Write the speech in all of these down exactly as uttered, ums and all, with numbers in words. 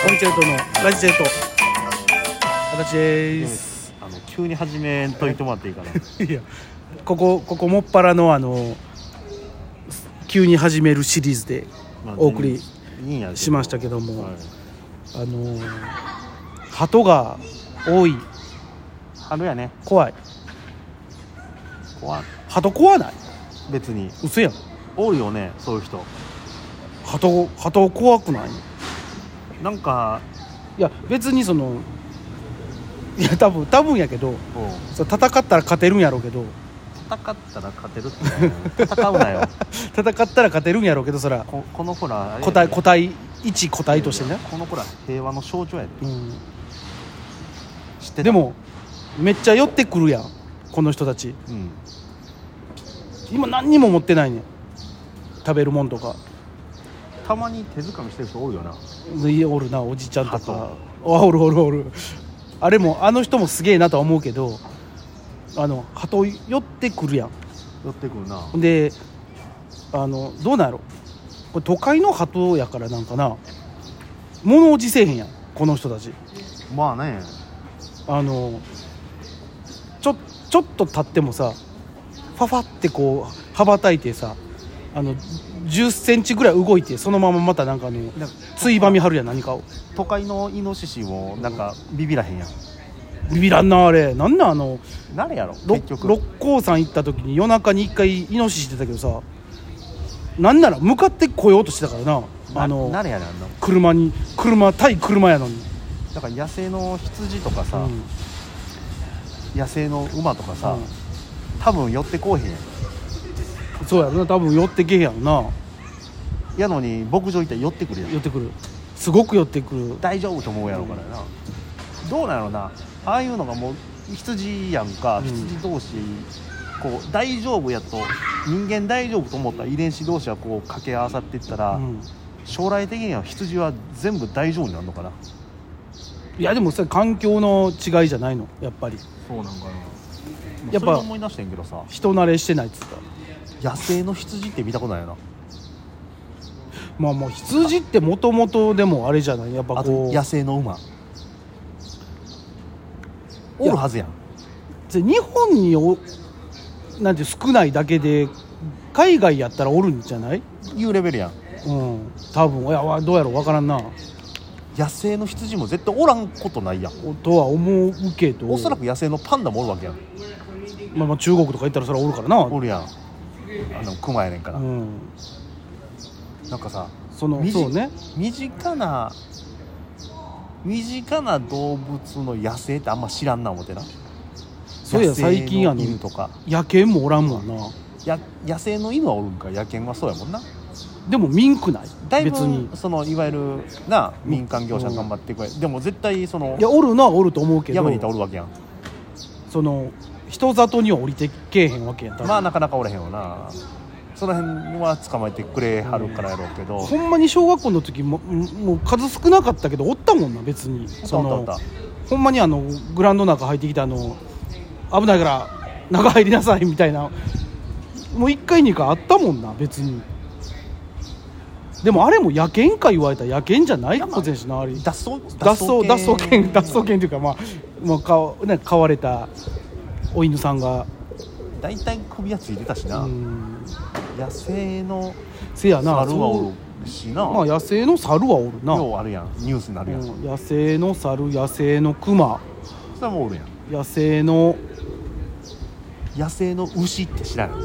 コミチェルトのラジチェルト形です。 あの急に始めんといてもらっていいかな。 いやここここもっぱらのあの急に始めるシリーズでお送りしましたけども、はい、あの鳩が多い春やね。 怖い怖い。 鳩怖ない？ 別に嘘やん。 おるよねそういう人。 鳩鳩怖くない？ なんかいや別にそのいや多分多分やけどそ戦ったら勝てるんやろうけど戦ったら勝てるって戦うなよ。 戦ったら勝てるんやろうけどそら こ, この子ら個体個体一個体としてね。 この子ら平和の象徴やで、うん、知ってた？ でもめっちゃ寄ってくるやんこの人たち、うん、今何にも持ってないねん。食べるもんとかたまに手づかみしてる人おるよな。 いやおるなおじちゃんとかおるおるおる。あれもあの人もすげえなとは思うけどあの鳩寄ってくるやん。 寄ってくるな。 であのどうなんやろこれ都会の鳩やからなんかな物おじせえへんやんこの人たち。 まあねあのちょちょっと経ってもさファファってこう羽ばたいてさあのじゅっセンチぐらい動いてそのまままたなんかあのついばみ張るやん何かを。 都会のイノシシもなんかビビらへんやん。 ビビらんなあれ。なんなんあの誰やろ結局六甲山行った時に夜中に一回イノシシ出たけどさなんなら向かってこようとしてたからな。あの誰やねんあんな車に車対車やのに。 だから野生の羊とかさ、うん、野生の馬とかさ、うん、多分寄ってこうへんやん。 そうやろな多分寄ってけへんやろな。 やのに牧場行ったら寄ってくるやん。 寄ってくるすごく寄ってくる。 大丈夫と思うやろうからな、うん、どうなんやろなああいうのがもう羊やんか、うん、羊同士こう大丈夫やと人間大丈夫と思った遺伝子同士はこう掛け合わさっていったら、うん、将来的には羊は全部大丈夫になるのかな。いやでもそれ環境の違いじゃないのやっぱり。 そうなんかな。 やっぱ思い出してんけどさ人慣れしてないっつった。 野生の羊って見たことないよな。 まあもう羊ってもともとでもあれじゃないやっぱこう野生の馬おるはずやん。 日本におなんて少ないだけで海外やったらおるんじゃないいうレベルやん。 うん多分いやどうやろう分からんな。 野生の羊も絶対おらんことないやんとは思うけどおそらく野生のパンダもおるわけやん。 まあまあ中国とか行ったらそれはおるからな。 おるやんあのクマやねんから、うん、なんかさそのそうね身近な身近な動物の野生ってあんま知らんな思ってな。 そういや最近あの犬とか野犬もおらんもんな。 や野生の犬はおるんか野犬はそうやもんな。 でも民区ないだいぶ別にそのいわゆるな民間業者頑張ってくれ、うん、でも絶対そのいやおるのはおると思うけど山にいたらおるわけやん。 その人里には降りてけえへんわけやん。 まあなかなかおれへんよな。その辺は捕まえてくれはるからやろうけど、うん、 ほんまに小学校の時ももう数少なかったけどおったもんな別に。そのおったおったほんまにあのグラウンドの中入ってきたあの危ないから中入りなさいみたいなもういっかいにかいあったもんな別に。でもあれも野犬か言われたら野犬じゃないかもしれんしな。あれ脱走脱走脱走犬脱走犬というかまあもうか、ね、飼われたお犬さんがだいたい首はついてたしな。うん野生のせやな猿はおるしな。 まあ野生の猿はおるな。 ようあるやんニュースになるやん、うん、 野生の猿野生のクマそれもおるやん。 野生の野生の牛って知らん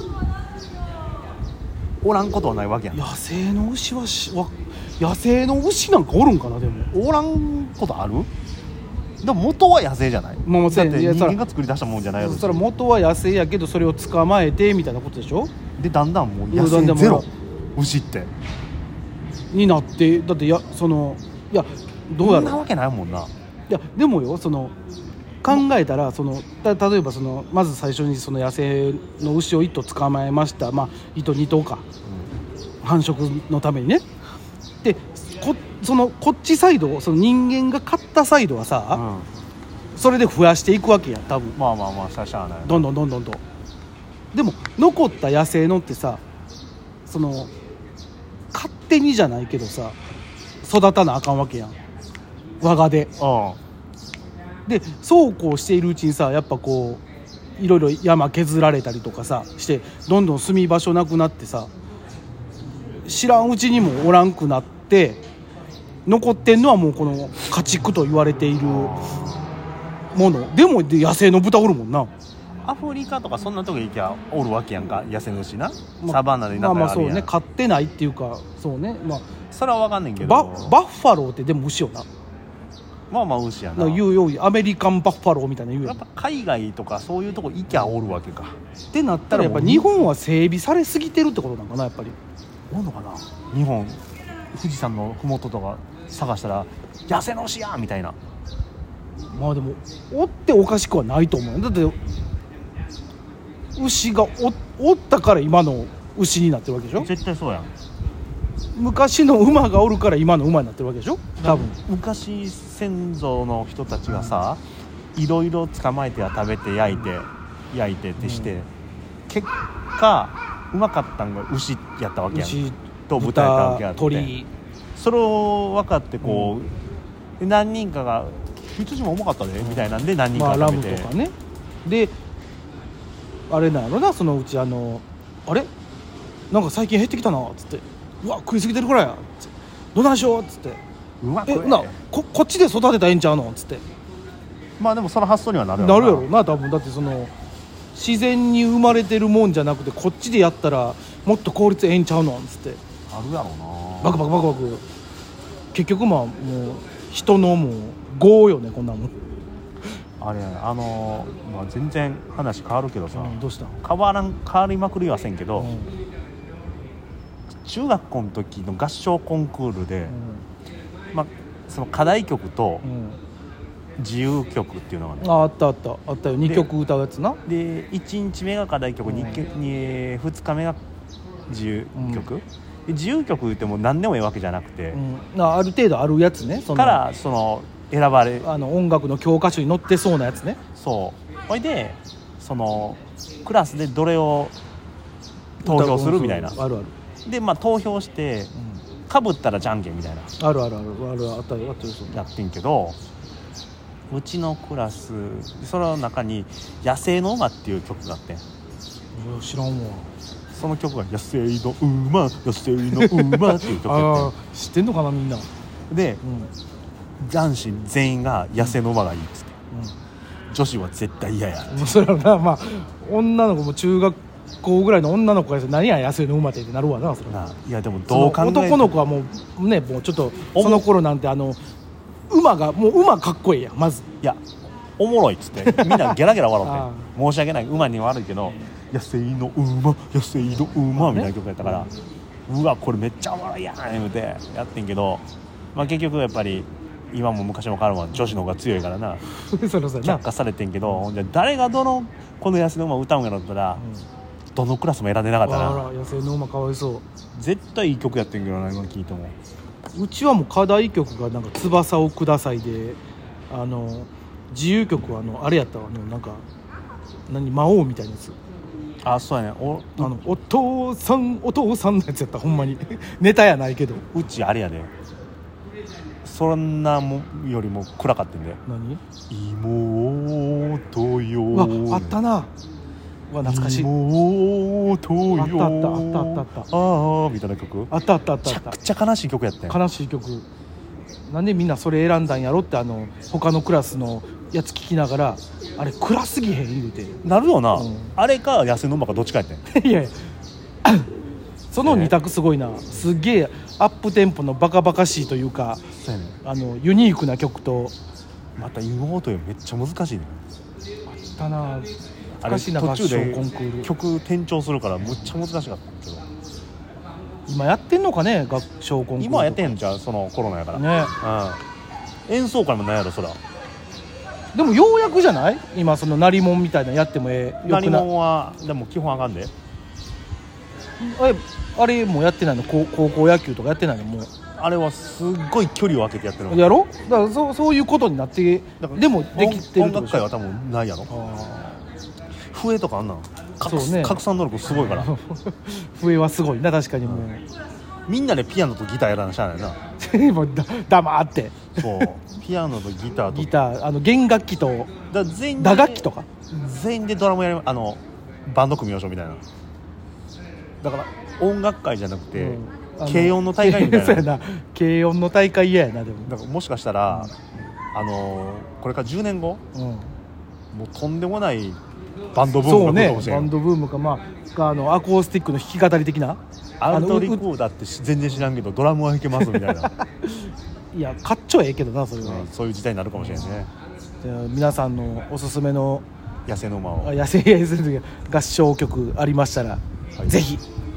おらんことはないわけやん。 野生の牛はしわ野生の牛なんかおるんかな。でもおらんことある。でも元は野生じゃない、まあ、だって人間が作り出したもんじゃないやろ。 それ元は野生やけどそれを捕まえてみたいなことでしょ。 でだんだんもう野生ゼロ牛ってになってだってやそのいやどうやろそんなわけないもんな。いやでもよその考えたらそのた例えばそのまず最初にその野生の牛をいっ頭捕まえました。まあいっ頭に頭か、うん、繁殖のためにね。でこそのこっちサイドその人間が飼ったサイドはさ、うん、それで増やしていくわけやん多分。 まあまあまあしゃしゃあないどんどんどんどんと。でも残った野生のってさその勝手にじゃないけどさ育たなあかんわけやん。 我がでうんでそうこうしているうちにさやっぱこういろいろ山削られたりとかさしてどんどん住み場所なくなってさ知らんうちにもおらんくなって残ってんのはもうこの家畜と言われているものでもで野生の豚おるもんな。 アフリカとかそんなとこ行きゃおるわけやんか野生主な、 まあ、 サバンナで中にあるやん、 まあまあそうね飼ってないっていうかそうねまあそれは分かんねんけどババッファローってでも牛よなまあまあ牛やななんか言うようにアメリカンバッファローみたいな言うやんやっぱ海外とかそういうとこ行きゃおるわけかってなったらやっぱ日本は整備されすぎてるってことなのかなやっぱりおんのかな日本富士山の麓とか探したら野生の牛やみたいなまあでもおっておかしくはないと思うだって牛が お, おったから今の牛になってるわけでしょ絶対そうやん昔の馬がおるから今の馬になってるわけでしょ多分昔先祖の人たちがさいろいろ捕まえては食べて焼いて焼いてってして、うん、結果うまかったんが牛やったわけやん牛と豚やったわけやって鳥それを分かってこう、うん、何人かが羊もうまかったで、うん、みたいなんで何人かが食べて、 まあ、ラムとかねであれなのなそのうちあのあれなんか最近減ってきたなっつってうわ食いすぎてるからやつってどないしようっつってうまくえな こ, こっちで育てたらええんちゃうのっつってまあでもその発想にはなるやろななるやろな多分だってその自然に生まれてるもんじゃなくてこっちでやったらもっと効率ええんちゃうのっつってあるやろなバクバクバクバク結局まあもう人のもう業よねこんなもんあれあのーまあ、全然話変わるけどさ、 うん、どうした変わらん変わりまくりはせんけど、 うん、 中学校の時の合唱コンクールで、うんまあ、その課題曲と自由曲っていうのがね、 うん、あ, あったあったあったよにきょく歌うやつなでいちにちめが課題曲、うん、にふつかめが自由曲、うん、で自由曲言っても何でもいいわけじゃなくて、 うん、あ, ある程度あるやつねそのからその選ばれあの音楽の教科書に載ってそうなやつねそうほいでそのクラスでどれを投票するみたいなあるあるでまあ投票してかぶったらじゃんけんみたいなあるあるあるあるあったよあったよそんなやってんけどうちのクラスその中に野生の馬っていう曲があってん知らんわその曲が野生の馬野生の馬っていう曲やってん知ってんのかなみんなで、 うん、 男子全員が野生の馬がいいっつって、うん、女子は絶対嫌やもうそれはなまあ女の子も中学校ぐらいの女の子が何や野生の馬ってってなるわなそれないやでもどう考えて男の子はもうねもうちょっとその頃なんてあの馬がもう馬かっこいいやんまずいやおもろいっつってみんなゲラゲラ笑って申し訳ない馬には悪いけど野生の馬野生の馬みたいな曲やったから、うわこれめっちゃおもろいやん言うてやってんけど、まあ、結局やっぱり今も昔も変わるのは女子の方が強いからな却下されてんけど、じゃ誰がどのこの野生の馬歌うんやろったら、うん、どのクラスも選んでなかったな。 あら野生の馬かわいそう。 絶対いい曲やってんけどな今聞いても。 うちはもう課題曲がなんか翼をくださいで、あの自由曲はあのあれやったわ、あのなんか何魔王みたいなやつ。 あ、そうやね。おあのお父さんお父さんのやつやったほんまにネタやないけど。 うちあれやで。そんなもよりも暗かったんで。 何？ 妹よ。 わあったな。わ懐かしい。 妹よ。 あったあったあったあったあった。 ああみたいな曲。 あったあったあったあった。 めちゃくちゃ悲しい曲やったよ。 悲しい曲。なんでみんなそれ選んだんやろってあの他のクラスのやつ聞きながらあれ暗すぎへん言うてなるよな、 うん、 あれか野生の馬かどっちかやったんいやいやその二択すごいな、えー、すげえアップテンポのバカバカしいというか、 そうやね、 あのユニークな曲とまた妹よめっちゃ難しいね。 あったなあれ途中で曲転調するからむっちゃ難しかったけど今やってんのかね合唱コンクール。 今はやってんじゃんそのコロナやからね、 うん、演奏会もないやろそら。 でもようやくじゃない今その鳴り物みたいなやってもええ。 鳴り物はでも基本あかんで。 あれあれもうやってないの高校野球とかやってないのもう。 あれはすっごい距離を空けてやってるのやろだからそ う, そういうことになってでもできてる音楽会は多分ないやろ。笛とかあんなの、そうね、拡散能力すごいから笛はすごいな確かにもう、 みんなでピアノとギターやらなしゃあないなもうだ黙ってそうピアノとギターとギターあの弦楽器とだ全員で打楽器とか全員でドラムやりあのバンド組みましょうみたいなだから音楽会じゃなくて、うん軽音の大会みたいなそうやな軽音の大会嫌やなでもだからもしかしたら、うん、あのこれからじゅうねんご、うん、もうとんでもないバンドブームが来るかもしれない、 そうねバンドブームか、まあ、あのアコースティックの弾き語り的なアウトリコーダーって全然知らんけどドラムは弾けますみたいないやかっちょええけどなそれは、うん、 そういう時代になるかもしれないね、 じゃあ皆さんのおすすめの野生の馬を野生合唱曲ありましたら、はい、ぜひ